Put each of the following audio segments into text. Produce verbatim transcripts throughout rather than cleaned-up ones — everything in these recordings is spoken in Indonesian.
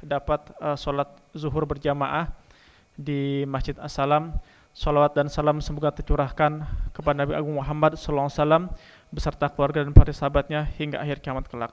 dapat uh, sholat zuhur berjamaah di Masjid As-Salam. Salawat dan salam semoga tercurahkan kepada Nabi Agung Muhammad sallallahu alaihi wasallam beserta keluarga dan para sahabatnya hingga akhir kiamat kelak.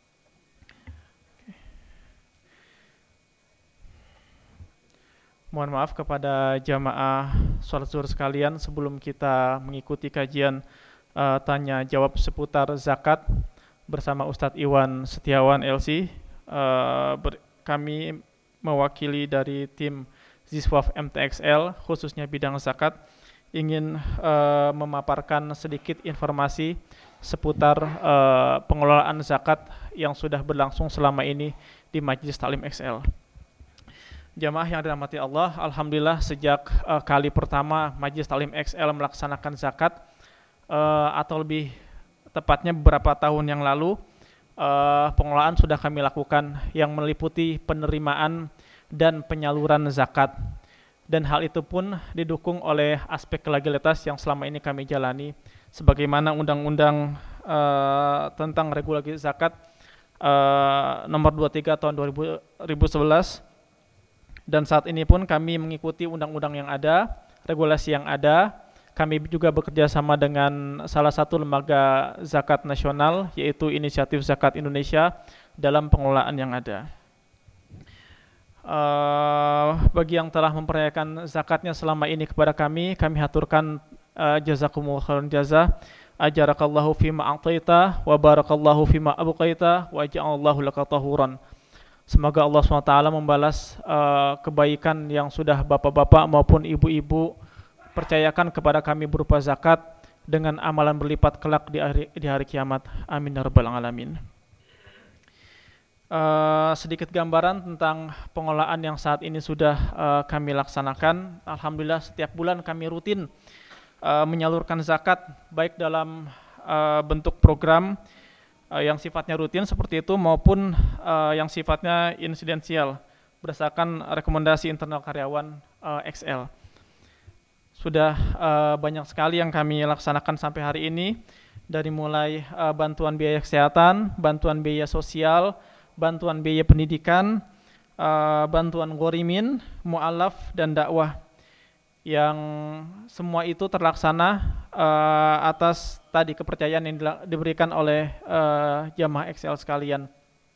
Mohon maaf kepada jamaah sholat zuhur sekalian, sebelum kita mengikuti kajian uh, tanya jawab seputar zakat bersama Ustadz Iwan Setiawan L C, uh, ber, kami mewakili dari tim Ziswaf M T X L khususnya bidang zakat ingin uh, memaparkan sedikit informasi seputar uh, pengelolaan zakat yang sudah berlangsung selama ini di Majelis Taklim X L. Jamaah yang dirahmati Allah, alhamdulillah sejak uh, kali pertama Majelis Taklim X L melaksanakan zakat uh, atau lebih tepatnya beberapa tahun yang lalu, uh, pengelolaan sudah kami lakukan yang meliputi penerimaan dan penyaluran zakat, dan hal itu pun didukung oleh aspek legalitas yang selama ini kami jalani sebagaimana Undang-Undang uh, tentang regulasi zakat uh, nomor dua puluh tiga tahun dua ribu sebelas, dan saat ini pun kami mengikuti undang-undang yang ada, regulasi yang ada. Kami juga bekerja sama dengan salah satu lembaga zakat nasional, yaitu Inisiatif Zakat Indonesia, dalam pengelolaan yang ada. Uh, bagi yang telah mempercayakan zakatnya selama ini kepada kami, kami haturkan uh, jazakumullah khairan jazaa, ajarakallahu fima a'taita wa barakallahu fima abqaita wa ja'alallahu laka tahuran. Semoga Allah subhanahu wa taala membalas uh, kebaikan yang sudah bapak-bapak maupun ibu-ibu percayakan kepada kami berupa zakat dengan amalan berlipat kelak di hari, di hari kiamat. Amin ya rabbal alamin. Uh, sedikit gambaran tentang pengelolaan yang saat ini sudah uh, kami laksanakan. Alhamdulillah setiap bulan kami rutin uh, menyalurkan zakat baik dalam uh, bentuk program uh, yang sifatnya rutin seperti itu maupun uh, yang sifatnya insidensial berdasarkan rekomendasi internal karyawan uh, X L. Sudah uh, banyak sekali yang kami laksanakan sampai hari ini, dari mulai uh, bantuan biaya kesehatan, bantuan biaya sosial, bantuan biaya pendidikan, uh, bantuan ghorimin, mu'alaf, dan dakwah, yang semua itu terlaksana uh, atas tadi kepercayaan yang diberikan oleh uh, jamaah X L sekalian,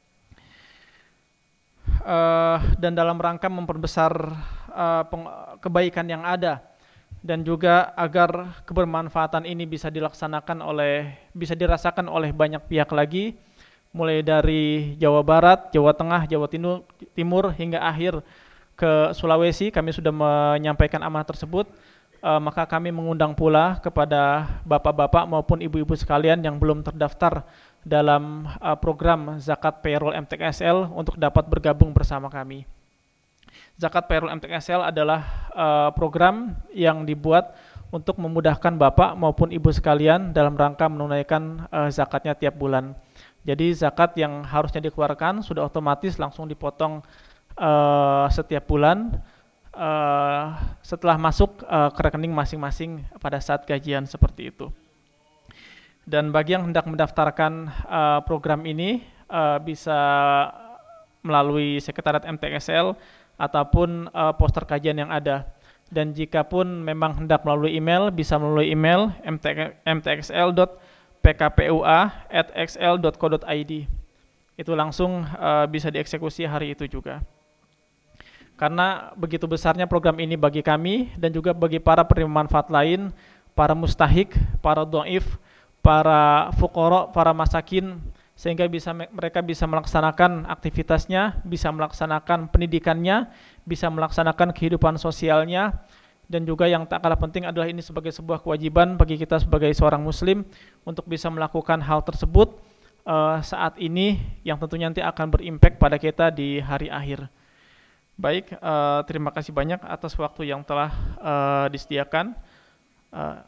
uh, dan dalam rangka memperbesar uh, kebaikan yang ada, dan juga agar kebermanfaatan ini bisa dilaksanakan oleh, bisa dirasakan oleh banyak pihak lagi, mulai dari Jawa Barat, Jawa Tengah, Jawa Timur, hingga akhir ke Sulawesi. Kami sudah menyampaikan amanah tersebut, e, maka kami mengundang pula kepada bapak-bapak maupun ibu-ibu sekalian yang belum terdaftar dalam e, program Zakat Payroll M T X L untuk dapat bergabung bersama kami. Zakat Payroll M T X L adalah e, program yang dibuat untuk memudahkan bapak maupun ibu sekalian dalam rangka menunaikan e, zakatnya tiap bulan. Jadi zakat yang harusnya dikeluarkan sudah otomatis langsung dipotong uh, setiap bulan uh, setelah masuk uh, ke rekening masing-masing pada saat gajian seperti itu. Dan bagi yang hendak mendaftarkan uh, program ini uh, bisa melalui sekretariat M T X L ataupun uh, poster kajian yang ada. Dan jika pun memang hendak melalui email, bisa melalui email m t x l dot p k p u a at x l dot co dot i d. Itu langsung uh, bisa dieksekusi hari itu juga. Karena begitu besarnya program ini bagi kami dan juga bagi para penerima manfaat lain, para mustahik, para dhaif, para fuqara, para masakin, sehingga bisa mereka bisa melaksanakan aktivitasnya, bisa melaksanakan pendidikannya, bisa melaksanakan kehidupan sosialnya. Dan juga yang tak kalah penting adalah ini sebagai sebuah kewajiban bagi kita sebagai seorang muslim untuk bisa melakukan hal tersebut uh, saat ini, yang tentunya nanti akan berimpact pada kita di hari akhir. Baik, uh, terima kasih banyak atas waktu yang telah uh, disediakan. Uh,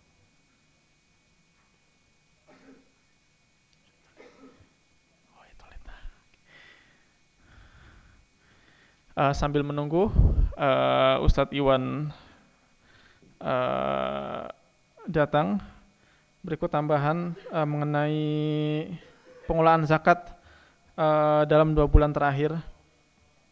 uh, sambil menunggu uh, Ustadz Iwan Uh, datang, berikut tambahan uh, mengenai pengelolaan zakat uh, dalam dua bulan terakhir.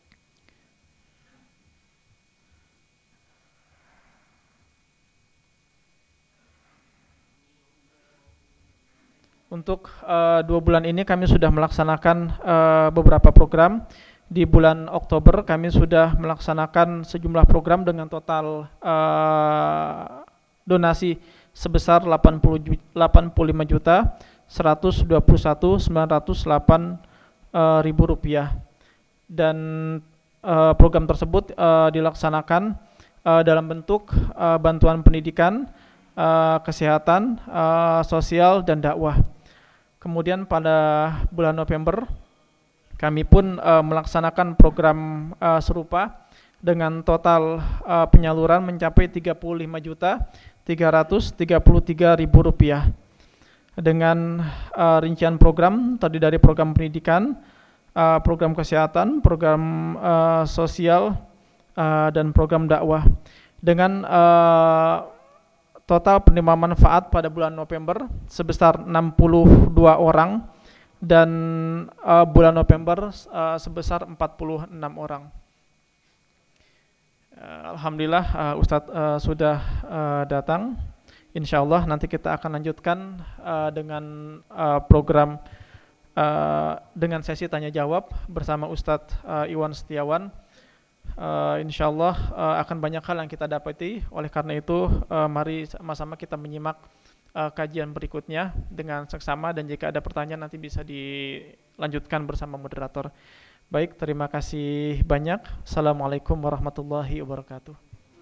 Untuk uh, dua bulan ini kami sudah melaksanakan uh, beberapa program. Di bulan Oktober kami sudah melaksanakan sejumlah program dengan total uh, donasi sebesar delapan puluh lima juta seratus dua puluh satu ribu sembilan ratus delapan uh, ribu rupiah. Dan uh, program tersebut uh, dilaksanakan uh, dalam bentuk uh, bantuan pendidikan, uh, kesehatan, uh, sosial, dan dakwah. Kemudian pada bulan November kami pun uh, melaksanakan program uh, serupa dengan total uh, penyaluran mencapai tiga puluh lima juta tiga ratus tiga puluh tiga ribu rupiah. Dengan uh, rincian program tadi dari program pendidikan, uh, program kesehatan, program uh, sosial, uh, dan program dakwah. Dengan uh, total penerima manfaat pada bulan November sebesar enam puluh dua orang dan uh, bulan November uh, sebesar empat puluh enam orang. Uh, Alhamdulillah uh, Ustadz uh, sudah uh, datang. Insya Allah nanti kita akan lanjutkan uh, dengan uh, program uh, dengan sesi tanya jawab bersama Ustadz uh, Iwan Setiawan. Uh, insya Allah uh, akan banyak hal yang kita dapati. Oleh karena itu uh, mari sama-sama kita menyimak uh, kajian berikutnya dengan seksama, dan jika ada pertanyaan nanti bisa dilanjutkan bersama moderator. Baik, terima kasih banyak. Assalamualaikum warahmatullahi wabarakatuh.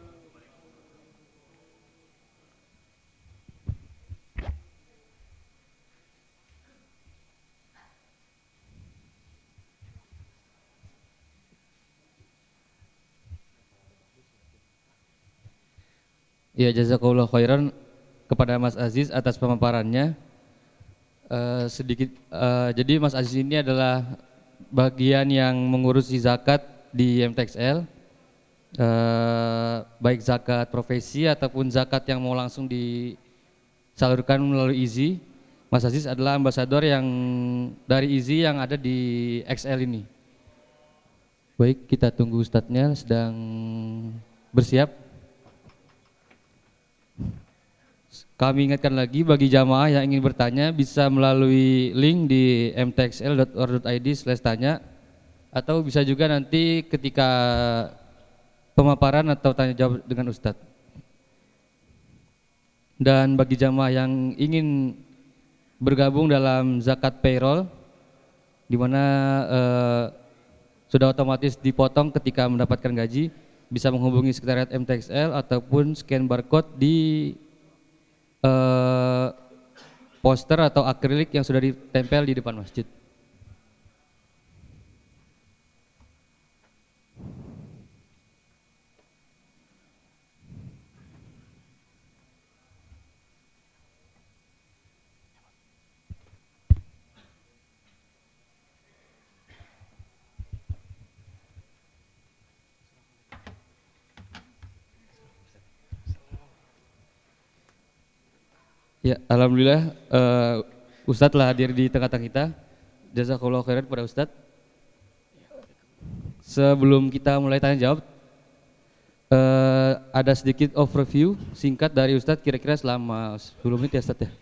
Ya, jazakallahu khairan kepada Mas Aziz atas pemaparannya. Uh, sedikit, uh, jadi Mas Aziz ini adalah bagian yang mengurusi zakat di M T X L, uh, baik zakat profesi ataupun zakat yang mau langsung disalurkan melalui I Z I. Mas Aziz adalah ambasador yang dari I Z I yang ada di X L ini. Baik, kita tunggu Ustadznya sedang bersiap. Kami ingatkan lagi bagi jamaah yang ingin bertanya bisa melalui link di m t x l dot o r g dot i d slash tanya, atau bisa juga nanti ketika pemaparan atau tanya jawab dengan Ustadz. Dan bagi jamaah yang ingin bergabung dalam zakat payroll, di mana eh, sudah otomatis dipotong ketika mendapatkan gaji, bisa menghubungi sekretariat M T X L ataupun scan barcode di Uh, poster atau akrilik yang sudah ditempel di depan masjid. Ya, alhamdulillah uh, Ustadz telah hadir di tengah-tengah kita. Jazakallahu khairan kepada Ustadz. Sebelum kita mulai tanya jawab, uh, ada sedikit overview singkat dari Ustadz kira-kira selama sepuluh menit ya Ustadz ya.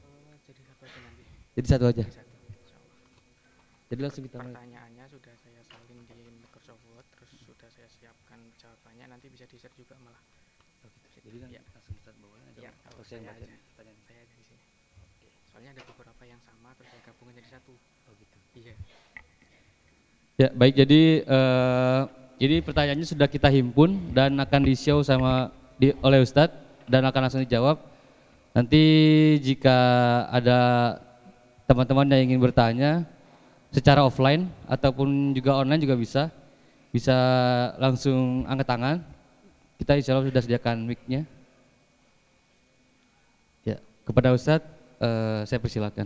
Jadi satu aja. Jadi langsung kita mulai. Pertanyaannya sudah saya salin di Microsoft Word, terus sudah saya siapkan jawabannya, nanti bisa di-share juga malah. Jadi kan ya. langsung Ustadz bawahnya aja. Ya, Atau saya saya aja. baca. Saya di sini. Oke. Soalnya ada beberapa yang sama, terus saya gabungin jadi satu. Oh gitu. Iya. Ya, baik, jadi uh, ini pertanyaannya sudah kita himpun dan akan di-show sama di, oleh Ustadz dan akan langsung dijawab. Nanti jika ada teman-teman yang ingin bertanya secara offline ataupun juga online juga bisa, bisa langsung angkat tangan. Kita insya Allah sudah sediakan mic-nya. Ya, kepada Ustadz uh, saya persilakan.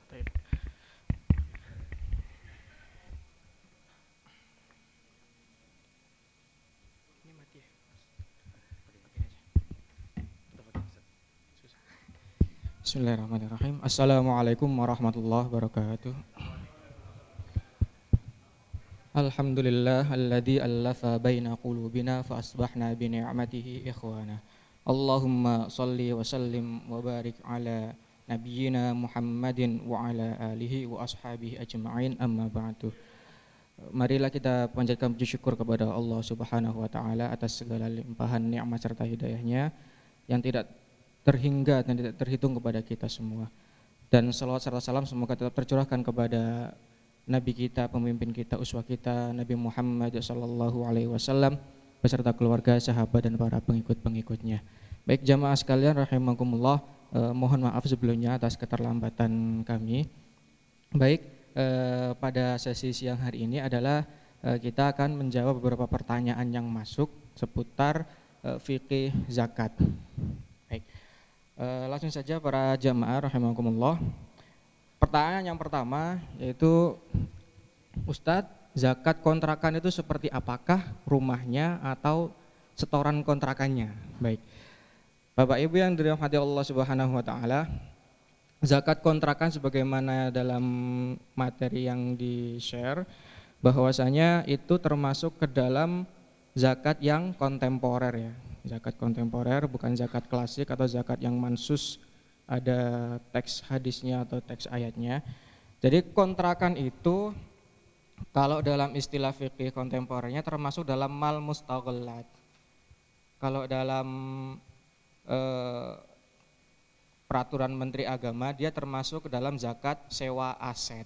Bismillahirrahmanirrahim. Assalamualaikum warahmatullahi wabarakatuh. Alhamdulillah alladzi allafa baina qulubina fa asbahna bi ni'matihi ikhwana. Allahumma shalli wa sallim wa barik ala nabiyyina Muhammadin wa ala alihi wa ashabihi ajma'in, amma ba'du. Marilah kita panjatkan puji syukur kepada Allah Subhanahu wa taala atas segala limpahan nikmat serta hidayahnya yang tidak terhingga dan tidak terhitung kepada kita semua. Dan salawat serta salam semoga tetap tercurahkan kepada Nabi kita, pemimpin kita, uswah kita, Nabi Muhammad sallallahu alaihi wasallam beserta keluarga, sahabat dan para pengikut-pengikutnya. Baik jamaah sekalian rahimakumullah, eh, mohon maaf sebelumnya atas keterlambatan kami. Baik, Eh, pada sesi siang hari ini adalah eh, kita akan menjawab beberapa pertanyaan yang masuk seputar eh, fikih zakat. Baik, eh, langsung saja para jamaah rahimakumullah. Pertanyaan yang pertama yaitu, Ustadz, zakat kontrakan itu seperti apakah rumahnya atau setoran kontrakannya? Baik, Bapak Ibu yang dirahmati Allah Subhanahu wa taala, zakat kontrakan sebagaimana dalam materi yang di-share, bahwasanya itu termasuk ke dalam zakat yang kontemporer ya. Zakat kontemporer, bukan zakat klasik atau zakat yang mansus ada teks hadisnya atau teks ayatnya. Jadi kontrakan itu kalau dalam istilah fikih kontemporernya termasuk dalam mal mustaghallat. Kalau dalam eh, peraturan Menteri Agama, dia termasuk ke dalam zakat sewa aset.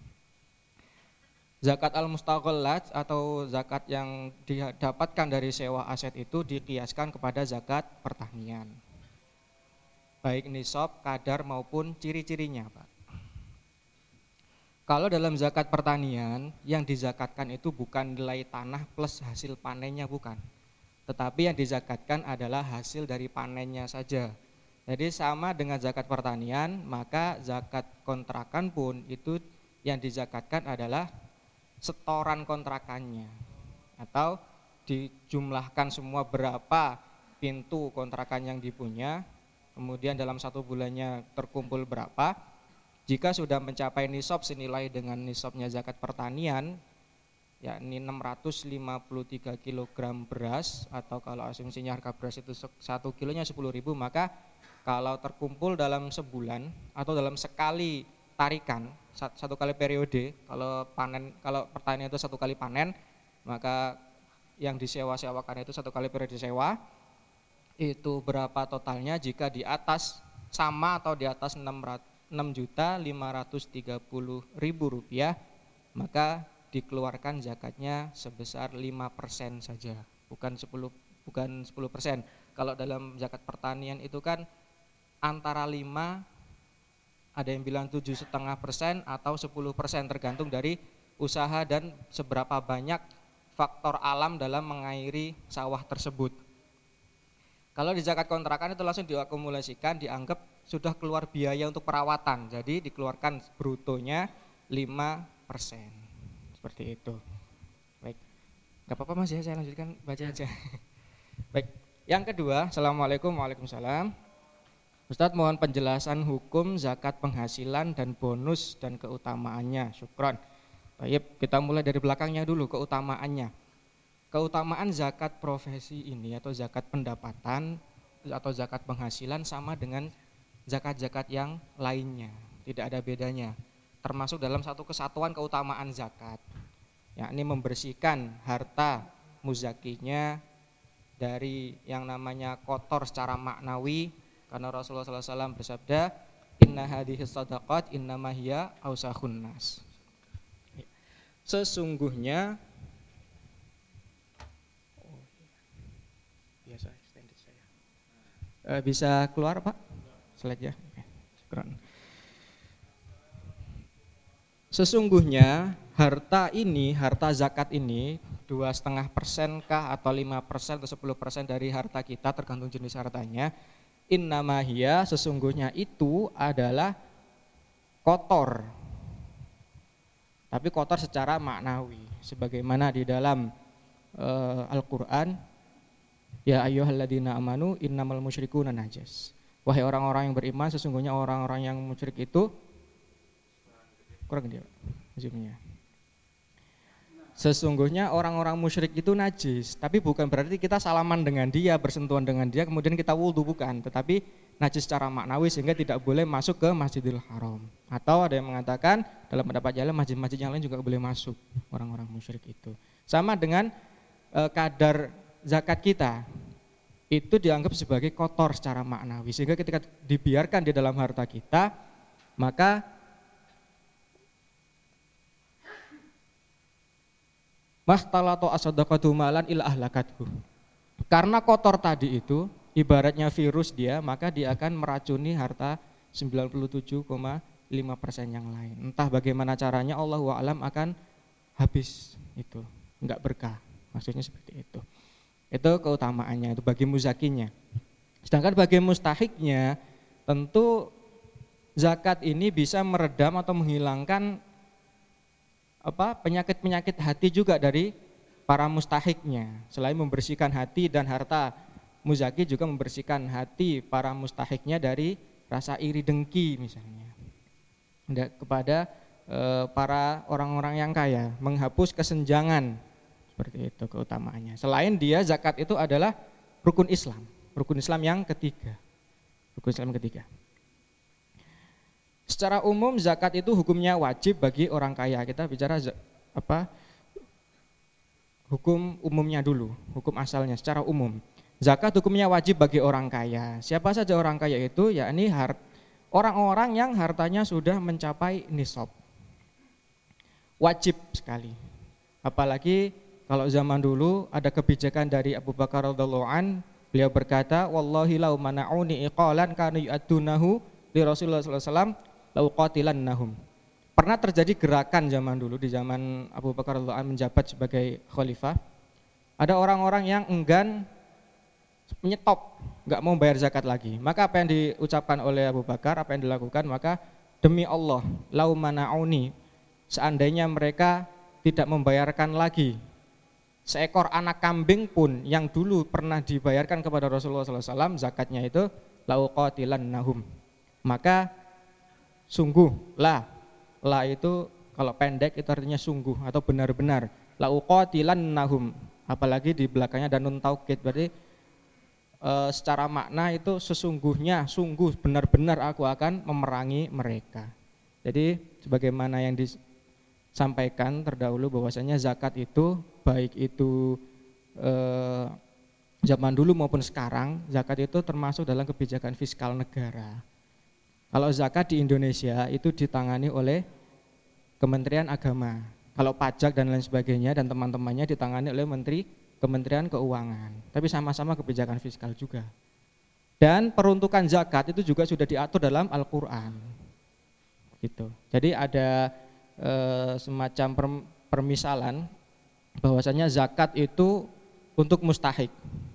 Zakat al-mustaghallat atau zakat yang didapatkan dari sewa aset itu dikiaskan kepada zakat pertanian, baik nisab, kadar maupun ciri-cirinya, Pak. Kalau dalam zakat pertanian yang dizakatkan itu bukan nilai tanah plus hasil panennya, bukan, tetapi yang dizakatkan adalah hasil dari panennya saja. Jadi sama dengan zakat pertanian, maka zakat kontrakan pun itu yang dizakatkan adalah setoran kontrakannya, atau dijumlahkan semua berapa pintu kontrakan yang dipunya, kemudian dalam satu bulannya terkumpul berapa. Jika sudah mencapai nisab senilai dengan nisabnya zakat pertanian, yakni enam ratus lima puluh tiga kilogram beras, atau kalau asumsinya harga beras itu satu kilonya sepuluh ribu, maka kalau terkumpul dalam sebulan atau dalam sekali tarikan, satu kali periode, kalau panen, kalau pertanian itu satu kali panen, maka yang disewa-sewakan itu satu kali periode sewa, itu berapa totalnya? Jika di atas sama atau di atas enam juta lima ratus tiga puluh ribu rupiah, maka dikeluarkan zakatnya sebesar lima persen saja, bukan sepuluh bukan sepuluh persen. Kalau dalam zakat pertanian itu kan antara lima, ada yang bilang tujuh koma lima persen atau sepuluh persen, tergantung dari usaha dan seberapa banyak faktor alam dalam mengairi sawah tersebut. Kalau di zakat kontrakan itu langsung diakumulasikan, dianggap sudah keluar biaya untuk perawatan, jadi dikeluarkan brutonya lima persen. Seperti itu. Baik, gak apa-apa Mas ya, saya lanjutkan baca aja. Baik, yang kedua, Assalamualaikum warahmatullahi. Ustadz, mohon penjelasan hukum zakat penghasilan dan bonus dan keutamaannya. Syukron. Baik, kita mulai dari belakangnya dulu, keutamaannya. Keutamaan zakat profesi ini atau zakat pendapatan atau zakat penghasilan sama dengan zakat-zakat yang lainnya, tidak ada bedanya. Termasuk dalam satu kesatuan keutamaan zakat, yakni membersihkan harta muzakinya dari yang namanya kotor secara maknawi. Karena Rasulullah sallallahu alaihi wasallam bersabda, inna hadhihi shadaqat innama hiya ausakhun nas. Sesungguhnya oh, biasa extended saya. E, bisa keluar Pak? Slide ya. Oke, sesungguhnya harta ini, harta zakat ini dua koma lima persen kah atau lima persen atau sepuluh persen dari harta kita, tergantung jenis hartanya. Innama hiya, sesungguhnya itu adalah kotor, tapi kotor secara maknawi, sebagaimana di dalam uh, Al-Quran, ya ayyuhalladzina amanu innamal musyrikuna najas. Wahai orang-orang yang beriman, sesungguhnya orang-orang yang musyrik itu kurang gede, zoomnya. Sesungguhnya orang-orang musyrik itu najis, tapi bukan berarti kita salaman dengan dia, bersentuhan dengan dia, kemudian kita wudhu, bukan. Tetapi najis secara maknawi sehingga tidak boleh masuk ke Masjidil Haram. Atau ada yang mengatakan dalam pendapat jalan masjid-masjid yang lain juga boleh masuk orang-orang musyrik itu. Sama dengan e, kadar zakat kita itu dianggap sebagai kotor secara maknawi sehingga ketika dibiarkan di dalam harta kita maka mahtalato asadaqatu malan ila ahlakathu. Karena kotor tadi itu ibaratnya virus dia, maka dia akan meracuni harta sembilan puluh tujuh koma lima persen yang lain. Entah bagaimana caranya, Allahu a'lam, akan habis itu, enggak berkah. Maksudnya seperti itu. Itu keutamaannya, itu bagi muzakinya. Sedangkan bagi mustahiknya, tentu zakat ini bisa meredam atau menghilangkan apa penyakit-penyakit hati juga dari para mustahiknya. Selain membersihkan hati dan harta, muzaki juga membersihkan hati para mustahiknya dari rasa iri dengki misalnya kepada e, para orang-orang yang kaya, menghapus kesenjangan. Seperti itu keutamaannya. Selain dia zakat itu adalah rukun Islam, rukun Islam yang ketiga. Rukun Islam yang ketiga. Secara umum zakat itu hukumnya wajib bagi orang kaya. Kita bicara apa? Hukum umumnya dulu, hukum asalnya secara umum. Zakat hukumnya wajib bagi orang kaya. Siapa saja orang kaya itu? Yakni hart, orang-orang yang hartanya sudah mencapai nisab. Wajib sekali. Apalagi kalau zaman dulu ada kebijakan dari Abu Bakar radhiyallahu an, beliau berkata, "Wallahi lau mana'uni iqalan kanu yu'addunahu li Rasulullah sallallahu alaihi wasallam lau qatilannahum." Pernah terjadi gerakan zaman dulu, di zaman Abu Bakar radhiyallahu an menjabat sebagai khalifah. Ada orang-orang yang enggan menyetop, enggak mau bayar zakat lagi. Maka apa yang diucapkan oleh Abu Bakar, apa yang dilakukan, maka demi Allah, lau mana'uni, seandainya mereka tidak membayarkan lagi seekor anak kambing pun yang dulu pernah dibayarkan kepada Rasulullah sallallahu alaihi wasallam, zakatnya itu lau qatilannahum. Maka sungguh la, la itu kalau pendek itu artinya sungguh atau benar-benar. Lau qatilannahum, apalagi di belakangnya ada nun taukid, berarti e, secara makna itu sesungguhnya, sungguh benar-benar aku akan memerangi mereka. Jadi sebagaimana yang disampaikan terdahulu bahwasanya zakat itu baik itu eh, zaman dulu maupun sekarang, zakat itu termasuk dalam kebijakan fiskal negara. Kalau zakat di Indonesia itu ditangani oleh Kementerian Agama. Kalau pajak dan lain sebagainya dan teman-temannya ditangani oleh Menteri Kementerian Keuangan. Tapi sama-sama kebijakan fiskal juga. Dan peruntukan zakat itu juga sudah diatur dalam Al-Qur'an. Gitu. Jadi ada eh, semacam permisalan bahwasanya zakat itu untuk mustahik.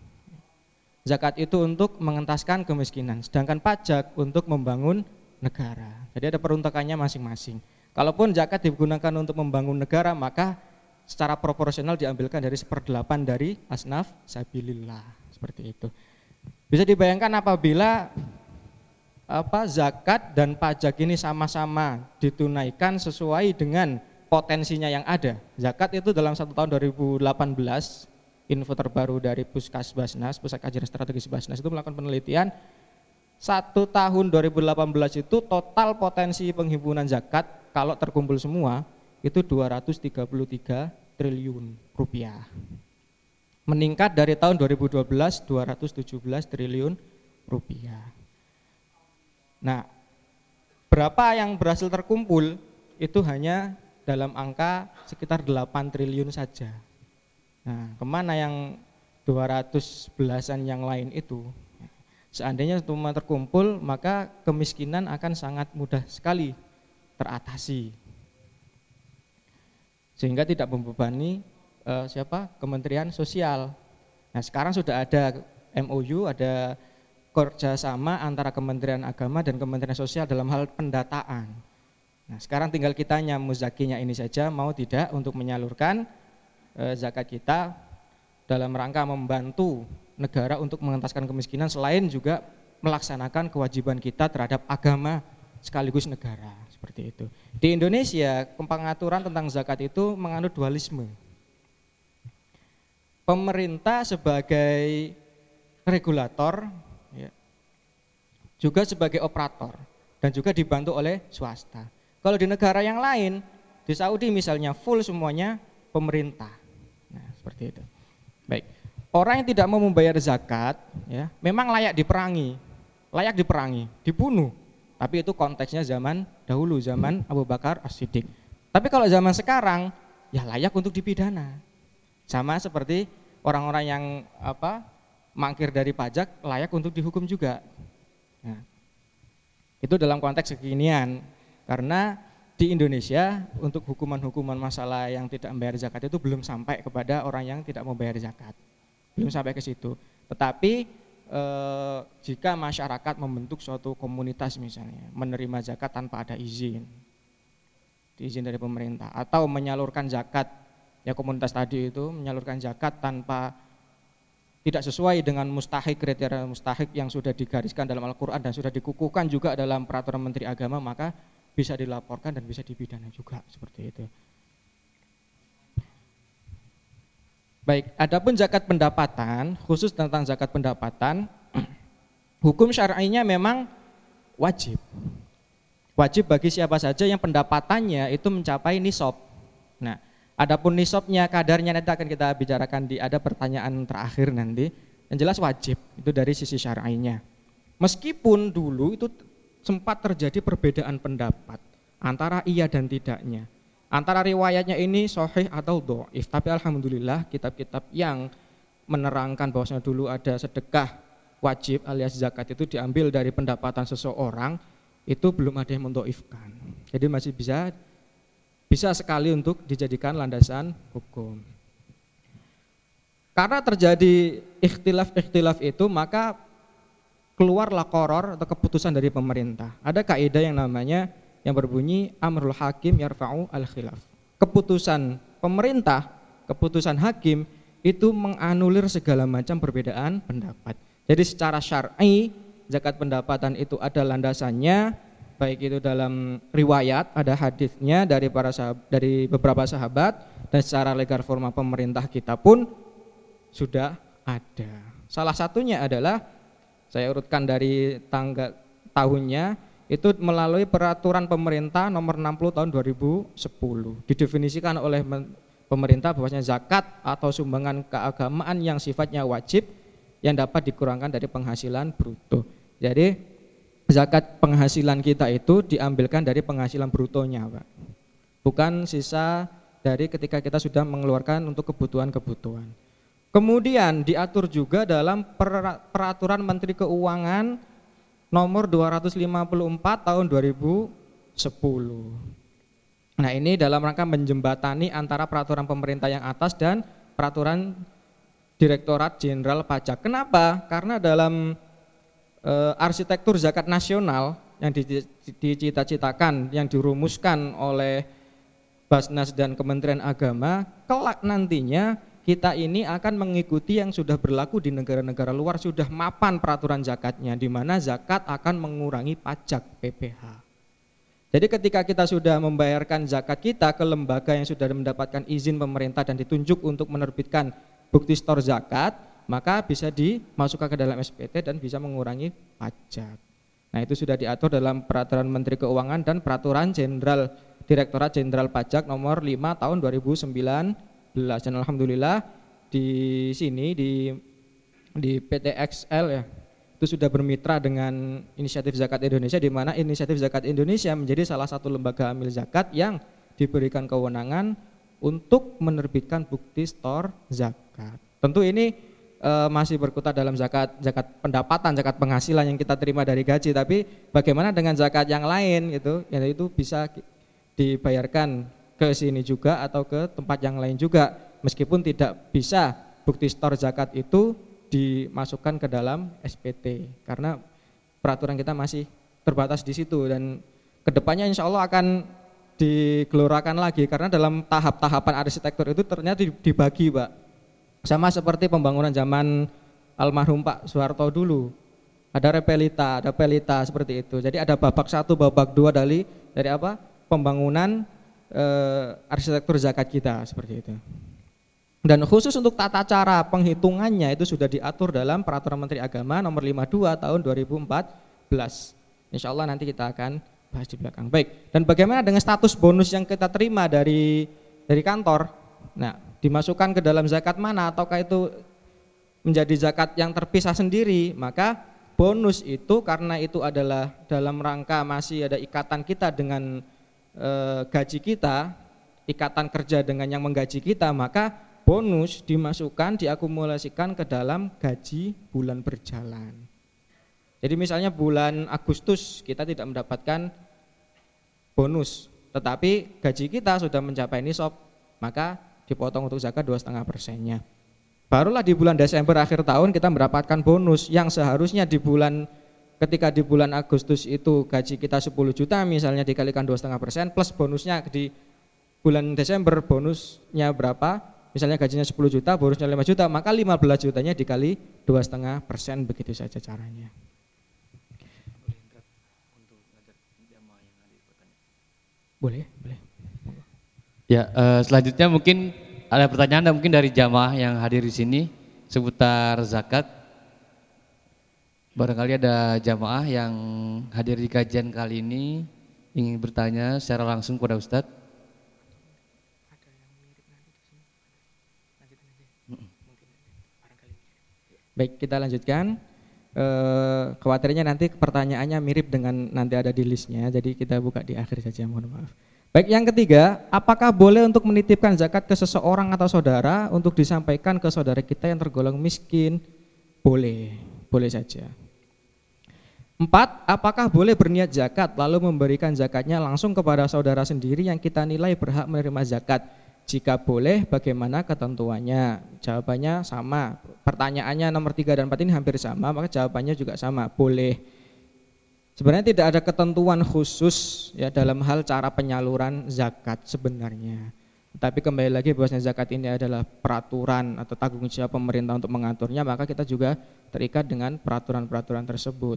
Zakat itu untuk mengentaskan kemiskinan, sedangkan pajak untuk membangun negara. Jadi ada peruntukannya masing-masing. Kalaupun zakat digunakan untuk membangun negara, maka secara proporsional diambilkan dari seperdelapan dari asnaf sabilillah. Seperti itu. Bisa dibayangkan apabila apa zakat dan pajak ini sama-sama ditunaikan sesuai dengan potensinya yang ada. Zakat itu dalam satu tahun dua ribu delapan belas, info terbaru dari Puskas Basnas, Pusat Kajian Strategis Basnas itu melakukan penelitian, satu tahun dua ribu delapan belas itu total potensi penghimpunan zakat kalau terkumpul semua itu dua ratus tiga puluh tiga triliun rupiah. Meningkat dari tahun dua ribu dua belas dua ratus tujuh belas triliun rupiah. Nah, berapa yang berhasil terkumpul itu hanya dalam angka sekitar delapan triliun saja. Nah, kemana yang dua ratus belasan yang lain itu? Seandainya semua terkumpul, maka kemiskinan akan sangat mudah sekali teratasi. Sehingga tidak membebani eh, siapa? Kementerian Sosial. Nah, sekarang sudah ada M O U, ada kerjasama antara Kementerian Agama dan Kementerian Sosial dalam hal pendataan. Nah, sekarang tinggal kitanya muzakinya ini saja mau tidak untuk menyalurkan e, zakat kita dalam rangka membantu negara untuk mengentaskan kemiskinan selain juga melaksanakan kewajiban kita terhadap agama sekaligus negara, seperti itu. Di Indonesia, pengaturan tentang zakat itu menganut dualisme. Pemerintah sebagai regulator ya, juga sebagai operator dan juga dibantu oleh swasta. Kalau di negara yang lain, di Saudi misalnya full semuanya pemerintah. Nah, seperti itu. Baik. Orang yang tidak mau membayar zakat, ya, memang layak diperangi, layak diperangi, dibunuh. Tapi itu konteksnya zaman dahulu, zaman Abu Bakar As-Siddiq. Tapi kalau zaman sekarang, ya layak untuk dipidana. Sama seperti orang-orang yang apa mangkir dari pajak layak untuk dihukum juga. Nah, itu dalam konteks kekinian. Karena di Indonesia untuk hukuman-hukuman masalah yang tidak membayar zakat itu belum sampai kepada orang yang tidak mau bayar zakat. Belum sampai ke situ. Tetapi Eh, jika masyarakat membentuk suatu komunitas misalnya menerima zakat tanpa ada izin, izin dari pemerintah, atau menyalurkan zakat, ya komunitas tadi itu menyalurkan zakat tanpa tidak sesuai dengan mustahik, kriteria mustahik yang sudah digariskan dalam Al-Quran dan sudah dikukuhkan juga dalam peraturan Menteri Agama, maka bisa dilaporkan dan bisa dipidana juga seperti itu. Baik, adapun zakat pendapatan, khusus tentang zakat pendapatan, hukum syar'inya memang wajib. Wajib bagi siapa saja yang pendapatannya itu mencapai nisab. Nah, adapun nisabnya, kadarnya nanti akan kita bicarakan di ada pertanyaan terakhir nanti. Yang jelas wajib, itu dari sisi syar'inya. Meskipun dulu itu sempat terjadi perbedaan pendapat antara iya dan tidaknya. Antara riwayatnya ini sahih atau dhaif, tapi alhamdulillah kitab-kitab yang menerangkan bahwasanya dulu ada sedekah wajib alias zakat itu diambil dari pendapatan seseorang, itu belum ada yang mendhaifkan. Jadi masih bisa bisa sekali untuk dijadikan landasan hukum. Karena terjadi ikhtilaf-ikhtilaf itu, maka keluarlah qaror atau keputusan dari pemerintah. Ada kaidah yang namanya yang berbunyi amrul hakim yarfa'u al-khilaf. Keputusan pemerintah, keputusan hakim itu menganulir segala macam perbedaan pendapat. Jadi secara syar'i zakat pendapatan itu ada landasannya, baik itu dalam riwayat, ada hadisnya dari para sahabat, dari beberapa sahabat, dan secara legal forma pemerintah kita pun sudah ada. Salah satunya adalah saya urutkan dari tanggal tahunnya, itu melalui peraturan pemerintah nomor enam puluh tahun dua ribu sepuluh. Didefinisikan oleh pemerintah bahwasanya zakat atau sumbangan keagamaan yang sifatnya wajib yang dapat dikurangkan dari penghasilan bruto. Jadi zakat penghasilan kita itu diambilkan dari penghasilan brutonya, Pak. Bukan sisa dari ketika kita sudah mengeluarkan untuk kebutuhan-kebutuhan. Kemudian diatur juga dalam peraturan Menteri Keuangan nomor dua ratus lima puluh empat tahun dua ribu sepuluh. Nah, ini dalam rangka menjembatani antara peraturan pemerintah yang atas dan peraturan Direktorat Jenderal Pajak. Kenapa? Karena dalam e, arsitektur zakat nasional yang dicita-citakan, yang dirumuskan oleh Basnas dan Kementerian Agama, kelak nantinya kita ini akan mengikuti yang sudah berlaku di negara-negara luar, sudah mapan peraturan zakatnya, di mana zakat akan mengurangi pajak P P H. Jadi ketika kita sudah membayarkan zakat kita ke lembaga yang sudah mendapatkan izin pemerintah dan ditunjuk untuk menerbitkan bukti stor zakat, maka bisa dimasukkan ke dalam S P T dan bisa mengurangi pajak. Nah, itu sudah diatur dalam peraturan Menteri Keuangan dan peraturan Jenderal Direktorat Jenderal Pajak nomor lima tahun dua ribu sembilan. Dan alhamdulillah di sini di di P T X L ya itu sudah bermitra dengan Inisiatif Zakat Indonesia, di mana Inisiatif Zakat Indonesia menjadi salah satu lembaga amil zakat yang diberikan kewenangan untuk menerbitkan bukti stor zakat. Tentu ini e, masih berkutat dalam zakat zakat pendapatan, zakat penghasilan yang kita terima dari gaji, tapi bagaimana dengan zakat yang lain gitu, yaitu bisa dibayarkan ke sini juga atau ke tempat yang lain juga, meskipun tidak bisa bukti stor zakat itu dimasukkan ke dalam S P T karena peraturan kita masih terbatas di situ, dan kedepannya insya Allah akan digelorakan lagi karena dalam tahap-tahapan arsitektur itu ternyata dibagi, Pak. Sama seperti pembangunan zaman almarhum Pak Soeharto dulu, ada repelita, ada pelita seperti itu. Jadi ada babak satu, babak dua dari dari apa pembangunan Uh, arsitektur zakat kita seperti itu. Dan khusus untuk tata cara penghitungannya itu sudah diatur dalam peraturan Menteri Agama nomor lima puluh dua tahun dua ribu empat belas. Insya Allah nanti kita akan bahas di belakang. Baik, dan bagaimana dengan status bonus yang kita terima dari dari kantor? Nah, dimasukkan ke dalam zakat mana ataukah itu menjadi zakat yang terpisah sendiri? Maka bonus itu karena itu adalah dalam rangka masih ada ikatan kita dengan e, gaji kita, ikatan kerja dengan yang menggaji kita, maka bonus dimasukkan, diakumulasikan ke dalam gaji bulan berjalan. Jadi misalnya bulan Agustus kita tidak mendapatkan bonus, tetapi gaji kita sudah mencapai nisab, maka dipotong untuk zakat dua koma lima persennya. Barulah di bulan Desember akhir tahun kita mendapatkan bonus yang seharusnya di bulan ketika di bulan Agustus itu gaji kita sepuluh juta misalnya dikalikan dua koma lima persen plus bonusnya di bulan Desember bonusnya berapa? Misalnya gajinya sepuluh juta, bonusnya lima juta, maka lima belas jutanya dikali dua koma lima persen, begitu saja caranya. Boleh, boleh. Ya, uh, selanjutnya mungkin ada pertanyaan mungkin dari jamaah yang hadir di sini seputar zakat. Barangkali ada jamaah yang hadir di kajian kali ini ingin bertanya secara langsung kepada Ustadz. Ada yang mirip nanti di sini. Lanjutin aja. Mungkin barangkali. Baik, kita lanjutkan. E, khawatirnya nanti pertanyaannya mirip dengan nanti ada di listnya, jadi kita buka di akhir saja, mohon maaf. Baik, yang ketiga, apakah boleh untuk menitipkan zakat ke seseorang atau saudara untuk disampaikan ke saudara kita yang tergolong miskin? Boleh, boleh saja. Empat, apakah boleh berniat zakat lalu memberikan zakatnya langsung kepada saudara sendiri yang kita nilai berhak menerima zakat? Jika boleh, bagaimana ketentuannya? Jawabannya sama. Pertanyaannya nomor tiga dan empat ini hampir sama, maka jawabannya juga sama, boleh. Sebenarnya tidak ada ketentuan khusus ya dalam hal cara penyaluran zakat sebenarnya. Tapi kembali lagi bahwasanya zakat ini adalah peraturan atau tanggung jawab pemerintah untuk mengaturnya, maka kita juga terikat dengan peraturan-peraturan tersebut.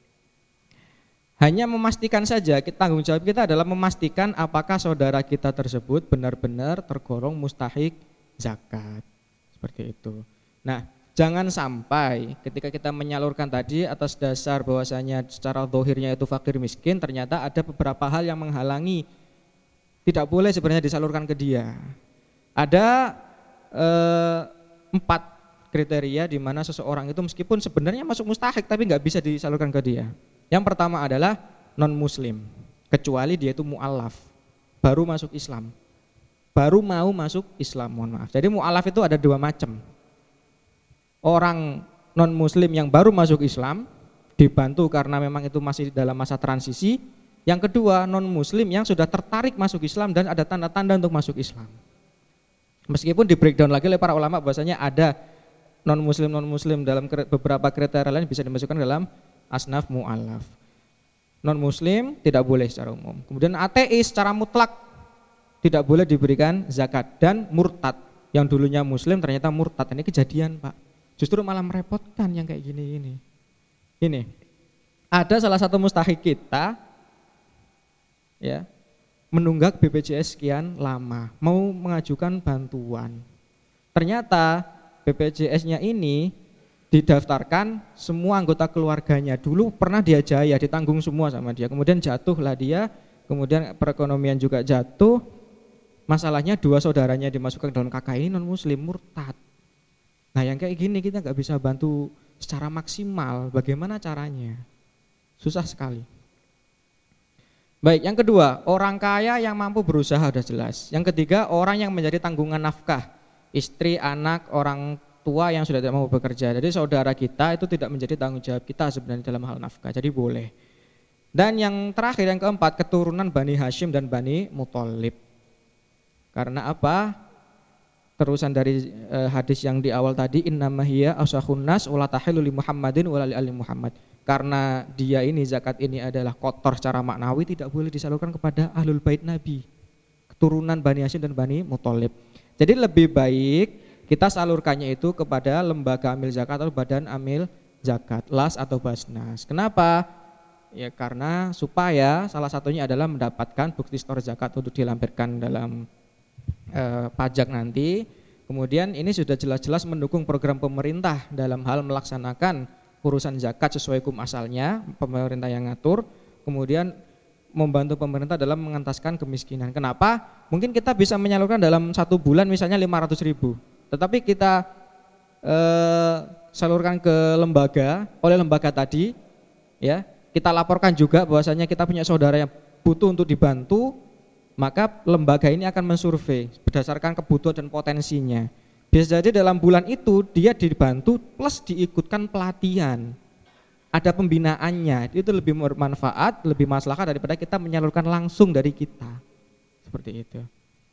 Hanya memastikan saja, tanggung jawab kita adalah memastikan apakah saudara kita tersebut benar-benar tergolong mustahik zakat. Seperti itu. Nah, jangan sampai ketika kita menyalurkan tadi atas dasar bahwasanya secara zahirnya itu fakir miskin, ternyata ada beberapa hal yang menghalangi. Tidak boleh sebenarnya disalurkan ke dia. Ada eh, empat kriteria di mana seseorang itu meskipun sebenarnya masuk mustahik tapi nggak bisa disalurkan ke dia. Yang pertama adalah non muslim, kecuali dia itu mu'alaf, baru masuk Islam, baru mau masuk Islam, mohon maaf. Jadi mu'alaf itu ada dua macam. Orang non muslim yang baru masuk Islam dibantu karena memang itu masih dalam masa transisi. Yang kedua, non muslim yang sudah tertarik masuk Islam dan ada tanda-tanda untuk masuk Islam. Meskipun di breakdown lagi oleh para ulama bahwasanya ada non muslim non muslim dalam beberapa kriteria lain bisa dimasukkan dalam asnaf mu'alaf. Non muslim tidak boleh secara umum. Kemudian ateis secara mutlak tidak boleh diberikan zakat, dan murtad yang dulunya muslim ternyata murtad. Ini kejadian, Pak. Justru malah merepotkan yang kayak gini ini. Ini ada salah satu mustahik kita ya menunggak B P J S sekian lama, mau mengajukan bantuan. Ternyata B P J S-nya ini didaftarkan semua anggota keluarganya. Dulu pernah dia jaya, ditanggung semua sama dia. Kemudian jatuhlah dia, kemudian perekonomian juga jatuh. Masalahnya dua saudaranya dimasukkan dalam K K I non muslim, murtad. Nah yang kayak gini kita nggak bisa bantu secara maksimal. Bagaimana caranya? Susah sekali. Baik, yang kedua, orang kaya yang mampu berusaha sudah jelas. Yang ketiga, orang yang menjadi tanggungan nafkah, istri, anak, orang tua yang sudah tidak mau bekerja. Jadi saudara kita itu tidak menjadi tanggung jawab kita sebenarnya dalam hal nafkah. Jadi boleh. Dan yang terakhir, yang keempat, keturunan Bani Hashim dan Bani Muthalib. Karena apa? Terusan dari eh, hadis yang di awal tadi, innamahiyya asahun nas wala tahillu li Muhammadin wala li ali Muhammad. Karena dia ini, zakat ini adalah kotor secara maknawi, tidak boleh disalurkan kepada ahlul bait Nabi, keturunan Bani Hashim dan Bani Muthalib. Jadi lebih baik kita salurkannya itu kepada lembaga amil zakat atau badan amil zakat, Las atau Basnas. Kenapa? Ya karena supaya salah satunya adalah mendapatkan bukti store zakat untuk dilampirkan dalam eh, pajak nanti. Kemudian ini sudah jelas-jelas mendukung program pemerintah dalam hal melaksanakan urusan zakat sesuai hukum asalnya, pemerintah yang ngatur, kemudian membantu pemerintah dalam mengentaskan kemiskinan. Kenapa? Mungkin kita bisa menyalurkan dalam satu bulan misalnya lima ratus ribu, tetapi kita eh, salurkan ke lembaga, oleh lembaga tadi, ya kita laporkan juga bahwasanya kita punya saudara yang butuh untuk dibantu, maka lembaga ini akan mensurvei berdasarkan kebutuhan dan potensinya. Bisa jadi dalam bulan itu dia dibantu plus diikutkan pelatihan. Ada pembinaannya, itu lebih bermanfaat, lebih maslahat daripada kita menyalurkan langsung dari kita. Seperti itu.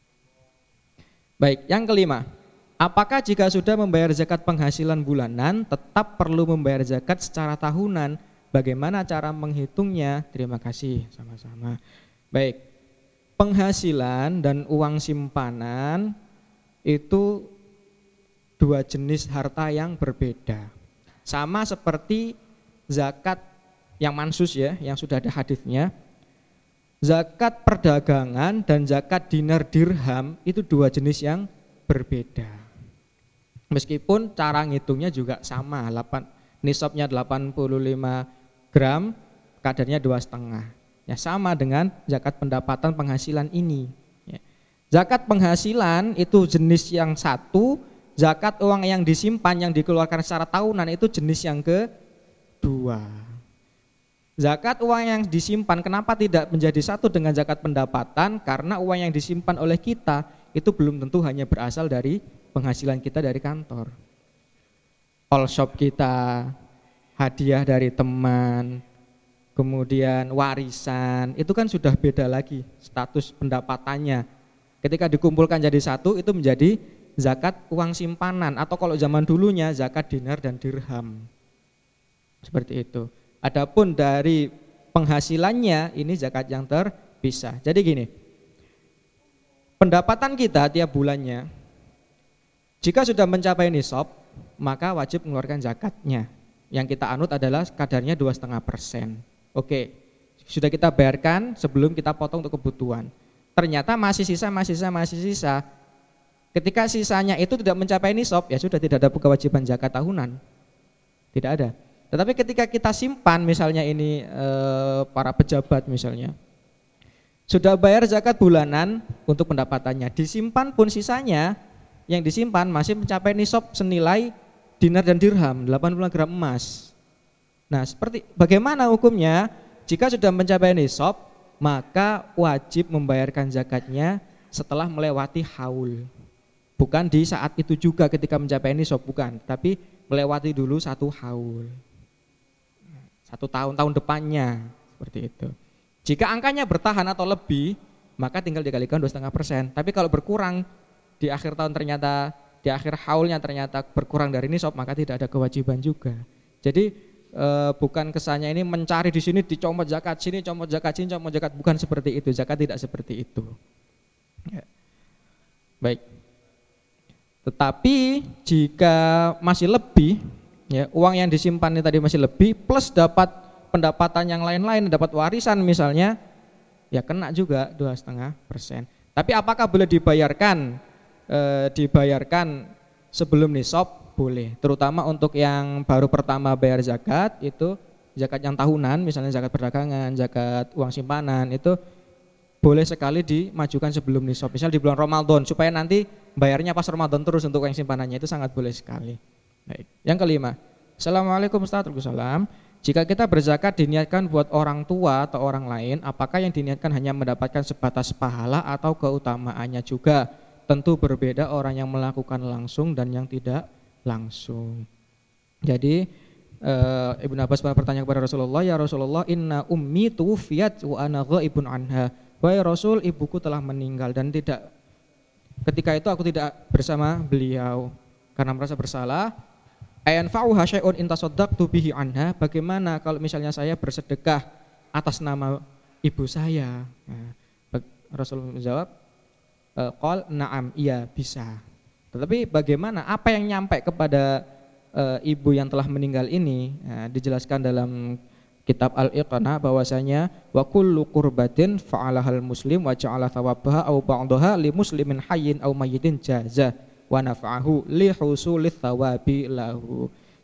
Baik, yang kelima, apakah jika sudah membayar zakat penghasilan bulanan tetap perlu membayar zakat secara tahunan? Bagaimana cara menghitungnya? Terima kasih, sama-sama. Baik, penghasilan dan uang simpanan itu dua jenis harta yang berbeda. Sama seperti zakat yang mansus ya, yang sudah ada hadisnya. Zakat perdagangan dan zakat dinar dirham itu dua jenis yang berbeda. Meskipun cara ngitungnya juga sama, nisabnya delapan puluh lima gram, kadarnya dua setengah. Ya sama dengan zakat pendapatan penghasilan ini. Ya. Zakat penghasilan itu jenis yang satu, zakat uang yang disimpan yang dikeluarkan secara tahunan itu jenis yang kedua. Zakat uang yang disimpan kenapa tidak menjadi satu dengan zakat pendapatan? Karena uang yang disimpan oleh kita itu belum tentu hanya berasal dari penghasilan kita dari kantor. All shop kita, hadiah dari teman, kemudian warisan, itu kan sudah beda lagi status pendapatannya. Ketika dikumpulkan jadi satu itu menjadi zakat uang simpanan, atau kalau zaman dulunya zakat dinar dan dirham. Seperti itu. Adapun dari penghasilannya ini zakat yang terpisah. Jadi gini, pendapatan kita tiap bulannya jika sudah mencapai nisab maka wajib mengeluarkan zakatnya. Yang kita anut adalah kadarnya dua koma lima persen. Oke, sudah kita bayarkan sebelum kita potong untuk kebutuhan. Ternyata masih sisa, masih sisa, masih sisa. Ketika sisanya itu tidak mencapai nisab, ya sudah tidak ada kewajiban zakat tahunan. Tidak ada. Tetapi ketika kita simpan misalnya ini e, para pejabat misalnya sudah bayar zakat bulanan untuk pendapatannya, disimpan pun sisanya yang disimpan masih mencapai nisab senilai dinar dan dirham delapan puluh gram emas. Nah, seperti bagaimana hukumnya? Jika sudah mencapai nisab, maka wajib membayarkan zakatnya setelah melewati haul. Bukan di saat itu juga ketika mencapai nisab, bukan, tapi melewati dulu satu haul. Satu tahun, tahun depannya, seperti itu. Jika angkanya bertahan atau lebih, maka tinggal dikalikan dua koma lima persen. Tapi kalau berkurang di akhir tahun ternyata, di akhir haulnya ternyata berkurang dari nisab, maka tidak ada kewajiban juga. Jadi e, bukan kesannya ini mencari di sini dicomot zakat, sini comot zakat, sini comot zakat, bukan seperti itu. Zakat tidak seperti itu. Ya. Baik. Tetapi jika masih lebih, ya, uang yang disimpan ini tadi masih lebih plus dapat pendapatan yang lain-lain, dapat warisan misalnya, ya kena juga dua koma lima persen. Tapi apakah boleh dibayarkan? E, dibayarkan sebelum nisab? Boleh. Terutama untuk yang baru pertama bayar zakat, itu zakat yang tahunan, misalnya zakat perdagangan, zakat uang simpanan, itu boleh sekali dimajukan sebelum nisab. Misal di bulan Ramadan, supaya nanti bayarnya pas Ramadan terus untuk uang simpanannya, itu sangat boleh sekali. Baik. Yang kelima, Assalamualaikum Ustaz. Waalaikumsalam. Jika kita berzakat diniatkan buat orang tua atau orang lain, apakah yang diniatkan hanya mendapatkan sebatas pahala atau keutamaannya juga? Tentu berbeda orang yang melakukan langsung dan yang tidak langsung. Jadi e, Ibnu Abbas bertanya kepada Rasulullah, ya Rasulullah, inna ummi tuwfiyat wa ana ghaibun anha. Wahai Rasul, ibuku telah meninggal dan tidak ketika itu aku tidak bersama beliau karena merasa bersalah. Ayanfa'uha syai'un in tasaddaqtu bihi anha. Bagaimana kalau misalnya saya bersedekah atas nama ibu saya? Nah, Rasul menjawab, qal na'am, iya bisa. Tetapi bagaimana apa yang nyampe kepada e, ibu yang telah meninggal ini? Nah, dijelaskan dalam kitab Al-Iqna bahwasanya wa kullu qurbatin fa'alahal muslim wa ja'ala thawabaha aw ba'daha li muslimin hayyin aw mayyitin jaza wa nafa'ahu li husulith thawabi lahu.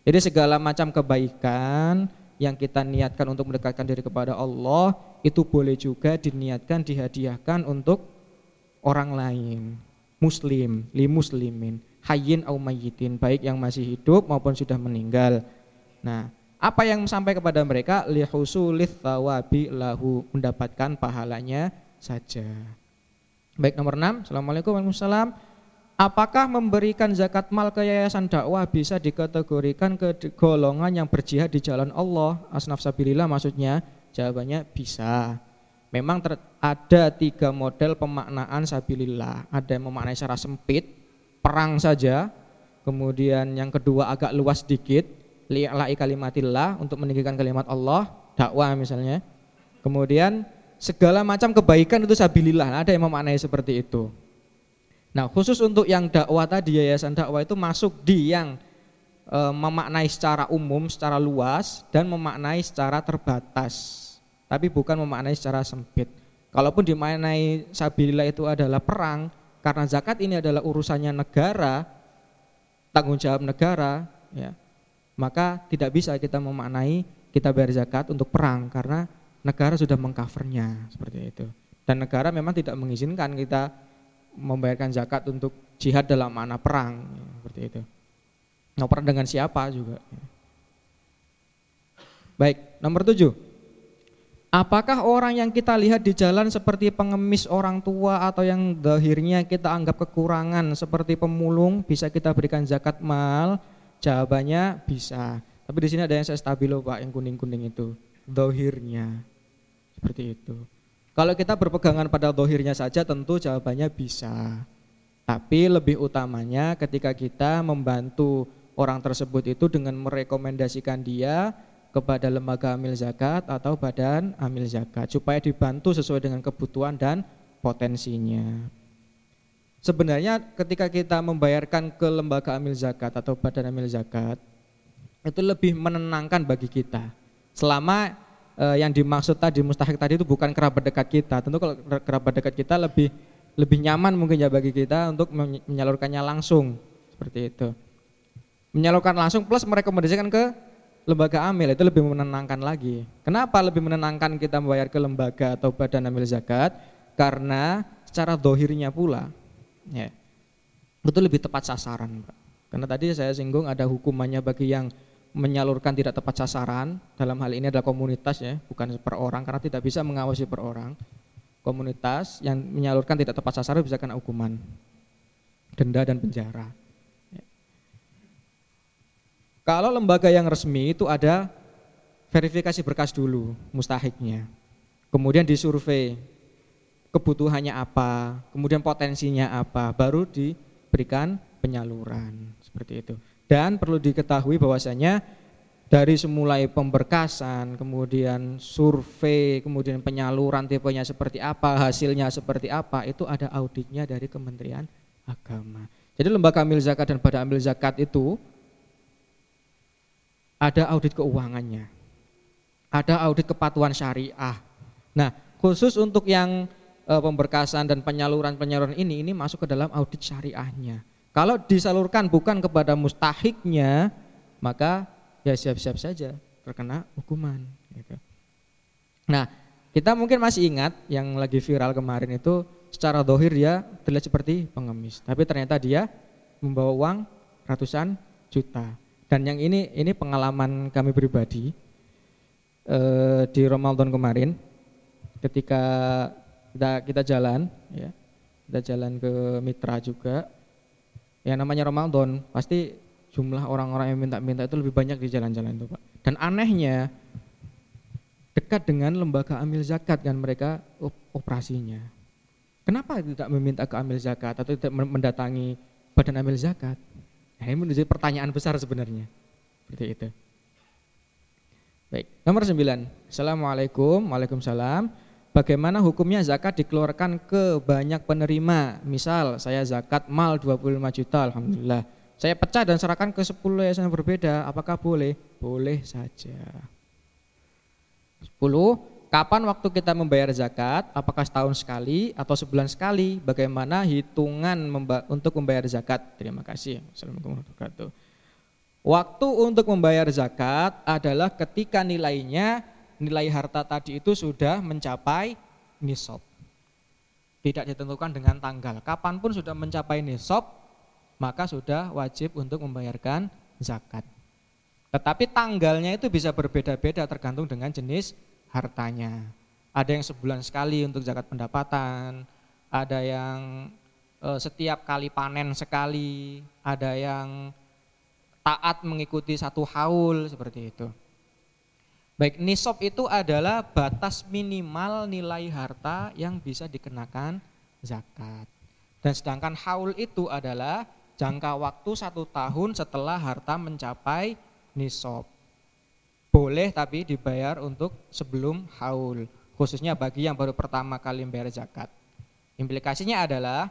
Jadi segala macam kebaikan yang kita niatkan untuk mendekatkan diri kepada Allah itu boleh juga diniatkan, dihadiahkan untuk orang lain, muslim, li muslimin, hayyin au mayyitin, baik yang masih hidup maupun sudah meninggal. Nah, apa yang sampai kepada mereka li husulits tsawabi lahu, mendapatkan pahalanya saja. Baik, nomor enam. Assalamualaikum warahmatullahi wabarakatuh. Apakah memberikan zakat mal ke yayasan dakwah bisa dikategorikan ke golongan yang berjihad di jalan Allah, asnaf sabilillah maksudnya? Jawabannya bisa. Memang ter- ada tiga model pemaknaan sabilillah. Ada yang memaknai secara sempit, perang saja. Kemudian yang kedua agak luas sedikit, li'la'i kalimatillah, untuk meninggikan kalimat Allah, dakwah misalnya. Kemudian segala macam kebaikan itu sabilillah. Ada yang memaknai seperti itu. Nah, khusus untuk yang dakwah tadi, yayasan dakwah itu masuk di yang e, memaknai secara umum, secara luas, dan memaknai secara terbatas, tapi bukan memaknai secara sempit. Kalaupun dimaknai sabilillah itu adalah perang, karena zakat ini adalah urusannya negara, tanggung jawab negara, ya, maka tidak bisa kita memaknai kita bayar zakat untuk perang, karena negara sudah mengcovernya seperti itu. Dan negara memang tidak mengizinkan kita membayarkan zakat untuk jihad dalam makna perang, ya, seperti itu. Nah, perang dengan siapa juga. Baik, nomor tujuh. Apakah orang yang kita lihat di jalan seperti pengemis orang tua atau yang zahirnya kita anggap kekurangan seperti pemulung bisa kita berikan zakat mal? Jawabannya bisa. Tapi di sini ada yang saya stabilo Pak, yang kuning-kuning itu. Zahirnya. Seperti itu. Kalau kita berpegangan pada zahirnya saja tentu jawabannya bisa. Tapi lebih utamanya ketika kita membantu orang tersebut itu dengan merekomendasikan dia kepada lembaga amil zakat atau badan amil zakat supaya dibantu sesuai dengan kebutuhan dan potensinya. Sebenarnya ketika kita membayarkan ke lembaga amil zakat atau badan amil zakat itu lebih menenangkan bagi kita. Selama Uh, yang dimaksud tadi mustahik tadi itu bukan kerabat dekat kita. Tentu kalau kerabat dekat kita lebih lebih nyaman mungkin ya bagi kita untuk menyalurkannya langsung seperti itu. Menyalurkan langsung plus merekomendasikan ke lembaga amil itu lebih menenangkan lagi. Kenapa lebih menenangkan kita membayar ke lembaga atau badan amil zakat? Karena secara zahirnya pula, ya, itu lebih tepat sasaran, Pak. Karena tadi saya singgung ada hukumannya bagi yang menyalurkan tidak tepat sasaran, dalam hal ini adalah komunitas ya, bukan per orang karena tidak bisa mengawasi per orang. Komunitas yang menyalurkan tidak tepat sasaran bisa kena hukuman denda dan penjara. Ya. Kalau lembaga yang resmi itu ada verifikasi berkas dulu mustahiknya. Kemudian disurvei kebutuhannya apa, kemudian potensinya apa, baru diberikan penyaluran seperti itu. Dan perlu diketahui bahwasanya dari semulai pemberkasan, kemudian survei, kemudian penyaluran tipenya seperti apa, hasilnya seperti apa, itu ada auditnya dari Kementerian Agama. Jadi lembaga amil zakat dan badan amil zakat itu ada audit keuangannya, ada audit kepatuhan syariah. Nah, khusus untuk yang e, pemberkasan dan penyaluran-penyaluran ini, ini masuk ke dalam audit syariahnya. Kalau disalurkan bukan kepada mustahiknya, maka ya siap-siap saja terkena hukuman. Gitu. Nah, kita mungkin masih ingat yang lagi viral kemarin itu secara zahir dia terlihat seperti pengemis, tapi ternyata dia membawa uang ratusan juta. Dan yang ini ini pengalaman kami pribadi eh, di Ramadan kemarin, ketika kita kita jalan, ya, kita jalan ke Mitra juga. Ya namanya Ramadan, pasti jumlah orang-orang yang minta-minta itu lebih banyak di jalan-jalan itu Pak. Dan anehnya dekat dengan lembaga amil zakat kan mereka operasinya. Kenapa tidak meminta ke amil zakat atau tidak mendatangi badan amil zakat? Nah, ini menjadi pertanyaan besar sebenarnya. Seperti itu. Baik, nomor sembilan. Assalamualaikum, waalaikumsalam. Bagaimana hukumnya zakat dikeluarkan ke banyak penerima? Misal saya zakat mal dua puluh lima juta, alhamdulillah. Saya pecah dan serahkan ke sepuluh yayasan yang berbeda, apakah boleh? Boleh saja. sepuluh. Kapan waktu kita membayar zakat? Apakah setahun sekali atau sebulan sekali? Bagaimana hitungan memba- untuk membayar zakat? Terima kasih. Assalamualaikum warahmatullahi wabarakatuh. Waktu untuk membayar zakat adalah ketika nilainya, nilai harta tadi itu sudah mencapai nisab. Tidak ditentukan dengan tanggal. Kapanpun sudah mencapai nisab, maka sudah wajib untuk membayarkan zakat. Tetapi tanggalnya itu bisa berbeda-beda tergantung dengan jenis hartanya. Ada yang sebulan sekali untuk zakat pendapatan, ada yang e, setiap kali panen sekali, ada yang taat mengikuti satu haul, seperti itu. Baik, nisab itu adalah batas minimal nilai harta yang bisa dikenakan zakat. Dan sedangkan haul itu adalah jangka waktu satu tahun setelah harta mencapai nisab. Boleh tapi dibayar untuk sebelum haul, khususnya bagi yang baru pertama kali membayar zakat. Implikasinya adalah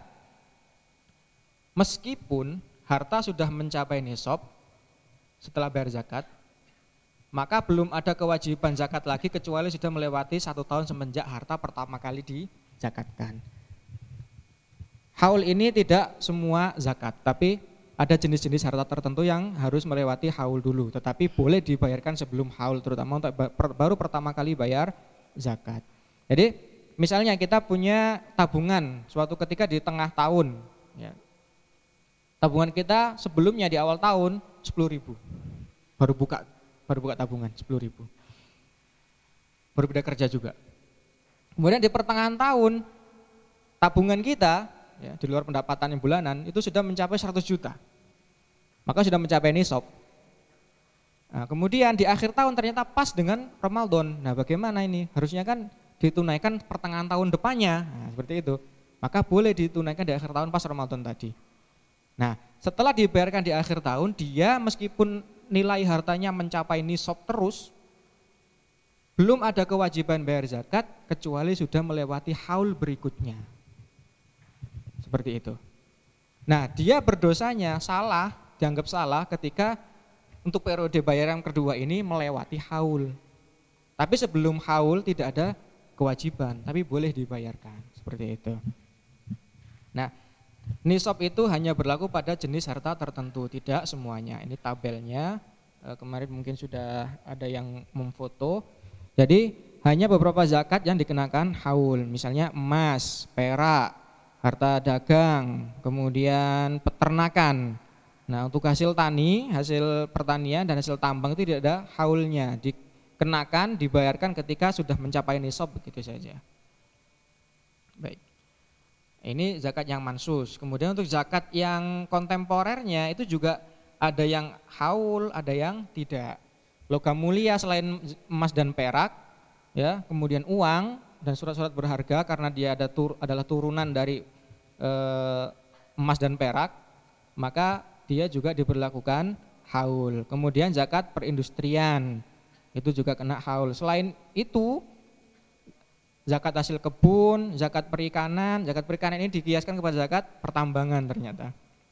meskipun harta sudah mencapai nisab setelah bayar zakat, maka belum ada kewajiban zakat lagi kecuali sudah melewati satu tahun semenjak harta pertama kali dizakatkan. Haul ini tidak semua zakat, tapi ada jenis-jenis harta tertentu yang harus melewati haul dulu, tetapi boleh dibayarkan sebelum haul, terutama untuk baru pertama kali bayar zakat. Jadi misalnya kita punya tabungan suatu ketika di tengah tahun, ya. Tabungan kita sebelumnya di awal tahun sepuluh ribu, baru buka baru buka tabungan sepuluh ribu, baru beda kerja juga. Kemudian di pertengahan tahun tabungan kita, ya, di luar pendapatan yang bulanan itu sudah mencapai seratus juta, maka sudah mencapai nisab. Nah, kemudian di akhir tahun ternyata pas dengan Ramadan. Nah, bagaimana ini? Harusnya kan ditunaikan pertengahan tahun depannya, nah, seperti itu. Maka boleh ditunaikan di akhir tahun pas Ramadan tadi. Nah, setelah dibayarkan di akhir tahun, dia meskipun nilai hartanya mencapai nisab terus, belum ada kewajiban bayar zakat kecuali sudah melewati haul berikutnya. Seperti itu. Nah, dia berdosanya salah, dianggap salah ketika untuk periode bayaran kedua ini melewati haul. Tapi sebelum haul tidak ada kewajiban, tapi boleh dibayarkan. Seperti itu. Nah, nisab itu hanya berlaku pada jenis harta tertentu, tidak semuanya. Ini tabelnya, e, kemarin mungkin sudah ada yang memfoto. Jadi hanya beberapa zakat yang dikenakan haul, misalnya emas, perak, harta dagang, kemudian peternakan. Nah, untuk hasil tani, hasil pertanian dan hasil tambang itu tidak ada haulnya, dikenakan, dibayarkan ketika sudah mencapai nisab, begitu saja. Baik. Ini zakat yang mansus. Kemudian untuk zakat yang kontemporernya itu juga ada yang haul, ada yang tidak. Logam mulia selain emas dan perak, ya, kemudian uang dan surat-surat berharga karena dia ada tur, adalah turunan dari e, emas dan perak, maka dia juga diberlakukan haul. Kemudian zakat perindustrian itu juga kena haul. Selain itu, zakat hasil kebun, zakat perikanan, zakat perikanan ini dikiaskan kepada zakat pertambangan ternyata.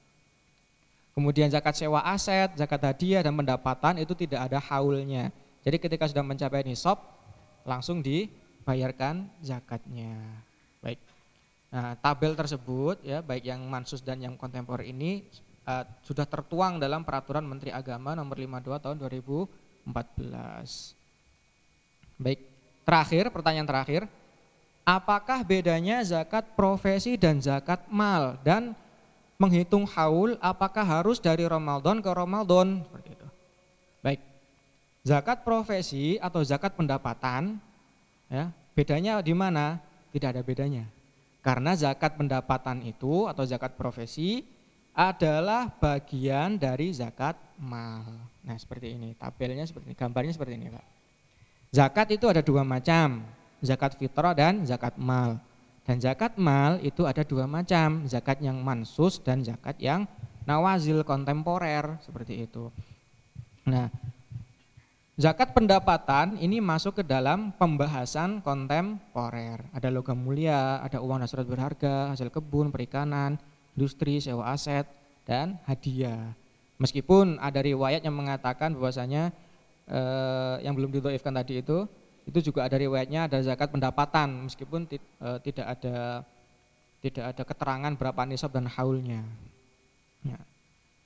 Kemudian zakat sewa aset, zakat hadiah dan pendapatan itu tidak ada haulnya. Jadi ketika sudah mencapai nisab langsung dibayarkan zakatnya. Baik. Nah, tabel tersebut ya, baik yang mansus dan yang kontemporer ini uh, sudah tertuang dalam Peraturan Menteri Agama nomor lima puluh dua tahun dua ribu empat belas. Baik. Terakhir, pertanyaan terakhir. Apakah bedanya zakat profesi dan zakat mal, dan menghitung haul apakah harus dari Ramadan ke Ramadan? Seperti itu. Baik. Zakat profesi atau zakat pendapatan, ya, bedanya di mana? Tidak ada bedanya. Karena zakat pendapatan itu atau zakat profesi adalah bagian dari zakat mal. Nah, seperti ini. Tabelnya seperti ini, gambarnya seperti ini, Pak. Zakat itu ada dua macam, zakat fitrah dan zakat mal. Dan zakat mal itu ada dua macam, zakat yang mansus dan zakat yang nawazil kontemporer, seperti itu. Nah, zakat pendapatan ini masuk ke dalam pembahasan kontemporer. Ada logam mulia, ada uang dan surat berharga, hasil kebun, perikanan, industri, sewa aset, dan hadiah. Meskipun ada riwayat yang mengatakan bahwasanya eh, yang belum didhaifkan tadi itu, itu juga ada riwayatnya ada zakat pendapatan, meskipun t, eh, tidak ada tidak ada keterangan berapa nisab dan haulnya. Ya.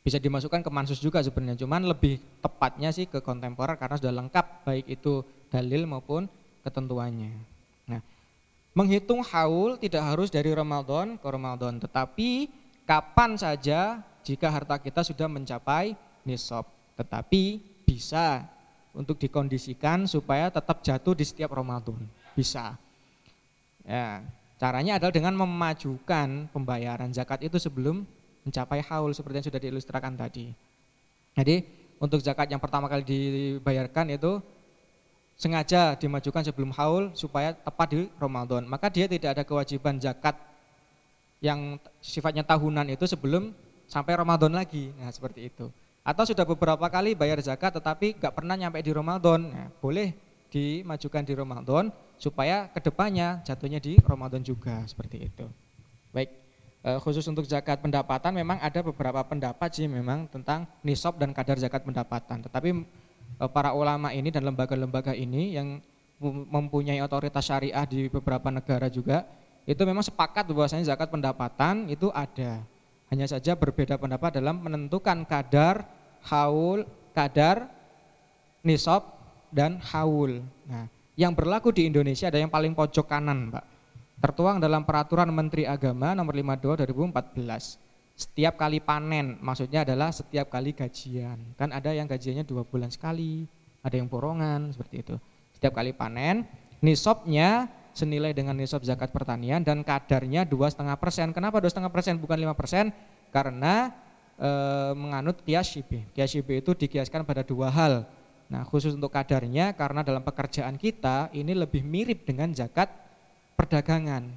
bisa dimasukkan ke mansus juga sebenarnya, cuman lebih tepatnya sih ke kontemporer karena sudah lengkap baik itu dalil maupun ketentuannya. Nah, menghitung haul tidak harus dari Ramadan ke Ramadan, tetapi kapan saja jika harta kita sudah mencapai nisab, tetapi bisa untuk dikondisikan supaya tetap jatuh di setiap Ramadan, bisa. Ya, caranya adalah dengan memajukan pembayaran zakat itu sebelum mencapai haul seperti yang sudah diilustrasikan tadi. Jadi untuk zakat yang pertama kali dibayarkan itu sengaja dimajukan sebelum haul supaya tepat di Ramadan. Maka dia tidak ada kewajiban zakat yang sifatnya tahunan itu sebelum sampai Ramadan lagi. Nah, seperti itu. Atau sudah beberapa kali bayar zakat tetapi gak pernah nyampe di Ramadan. Nah, boleh dimajukan di Ramadan supaya kedepannya jatuhnya di Ramadan juga, seperti itu. Baik, e, khusus untuk zakat pendapatan memang ada beberapa pendapat sih memang tentang nisab dan kadar zakat pendapatan. Tetapi e, para ulama ini dan lembaga-lembaga ini yang mempunyai otoritas syariah di beberapa negara juga itu memang sepakat bahwasanya zakat pendapatan itu ada. Hanya saja berbeda pendapat dalam menentukan kadar haul, kadar nisab dan haul. Nah, yang berlaku di Indonesia ada yang paling pojok kanan, Pak. Tertuang dalam Peraturan Menteri Agama nomor lima puluh dua dua ribu empat belas. Setiap kali panen, maksudnya adalah setiap kali gajian. Kan ada yang gajiannya dua bulan sekali, ada yang borongan, seperti itu. Setiap kali panen, nisabnya senilai dengan nisab zakat pertanian dan kadarnya dua koma lima persen. Kenapa dua koma lima persen bukan lima persen? Karena e, menganut kias syibih. Kias syibih itu dikiaskan pada dua hal. Nah, khusus untuk kadarnya karena dalam pekerjaan kita ini lebih mirip dengan zakat perdagangan.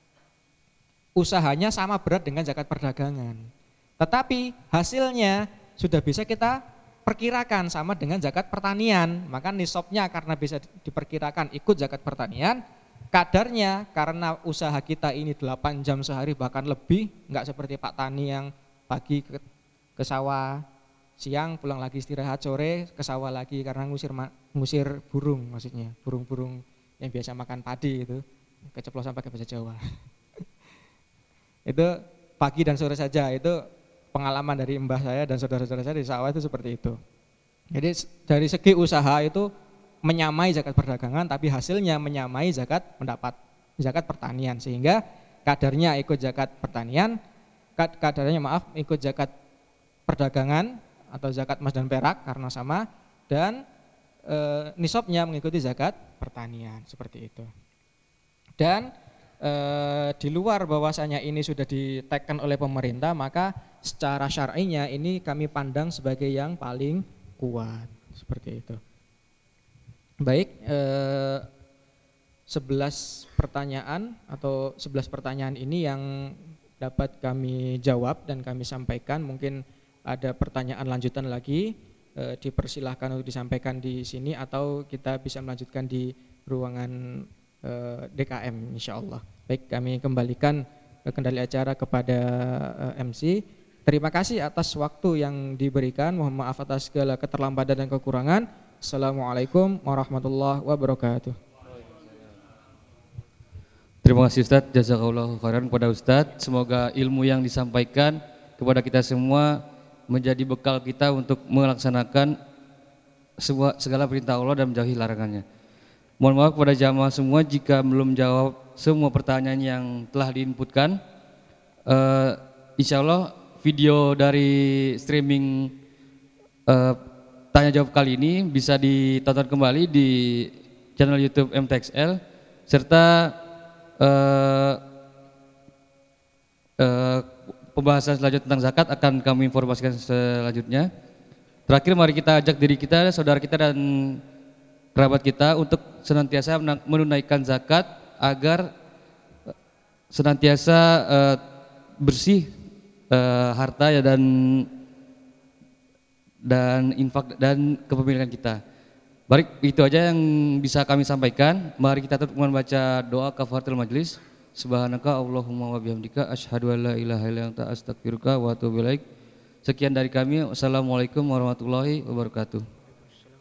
Usahanya sama berat dengan zakat perdagangan. Tetapi hasilnya sudah bisa kita perkirakan sama dengan zakat pertanian. Maka nisabnya karena bisa diperkirakan ikut zakat pertanian, kadarnya karena usaha kita ini delapan jam sehari bahkan lebih, enggak seperti Pak Tani yang pagi ke, ke sawah, siang pulang lagi istirahat, sore ke sawah lagi karena ngusir ngusir burung, maksudnya burung-burung yang biasa makan padi itu, keceplosan pakai bahasa Jawa. Itu pagi dan sore saja, itu pengalaman dari mbah saya dan saudara-saudara saya di sawah itu seperti itu. Jadi dari segi usaha itu menyamai zakat perdagangan, tapi hasilnya menyamai zakat pendapat, zakat pertanian, sehingga kadarnya ikut zakat pertanian, kadarnya maaf ikut zakat perdagangan atau zakat emas dan perak karena sama, dan e, nisabnya mengikuti zakat pertanian, seperti itu. Dan e, di luar bahwasanya ini sudah diteken oleh pemerintah, maka secara syar'inya ini kami pandang sebagai yang paling kuat, seperti itu. Baik, e, sebelas pertanyaan atau sebelas pertanyaan ini yang dapat kami jawab dan kami sampaikan. Mungkin ada pertanyaan lanjutan lagi, e, dipersilahkan untuk disampaikan di sini atau kita bisa melanjutkan di ruangan e, D K M insyaallah. Baik, kami kembalikan e, kendali acara kepada e, M C. Terima kasih atas waktu yang diberikan. Mohon maaf atas segala keterlambatan dan kekurangan. Assalamualaikum warahmatullahi wabarakatuh. Terima kasih Ustadz, jazakallahu khairan kepada Ustadz. Semoga ilmu yang disampaikan kepada kita semua menjadi bekal kita untuk melaksanakan sebuah, segala perintah Allah dan menjauhi larangannya. Mohon maaf kepada jamaah semua jika belum jawab semua pertanyaan yang telah diinputkan. uh, Insya Allah video dari streaming uh, tanya jawab kali ini bisa ditonton kembali di channel YouTube M T X L, serta uh, uh, pembahasan selanjutnya tentang zakat akan kami informasikan selanjutnya. Terakhir, mari kita ajak diri kita, saudara kita dan kerabat kita untuk senantiasa menunaikan zakat agar senantiasa uh, bersih uh, harta ya dan dan infak dan kepemilikan kita. Baik, itu aja yang bisa kami sampaikan. Mari kita tutup dengan baca doa kafaratul majlis. Subhanaka Allahumma wa bihamdika asyhadu an la ilaha illa anta astaghfiruka wa atubu ilaik. Sekian dari kami. Wassalamualaikum warahmatullahi wabarakatuh.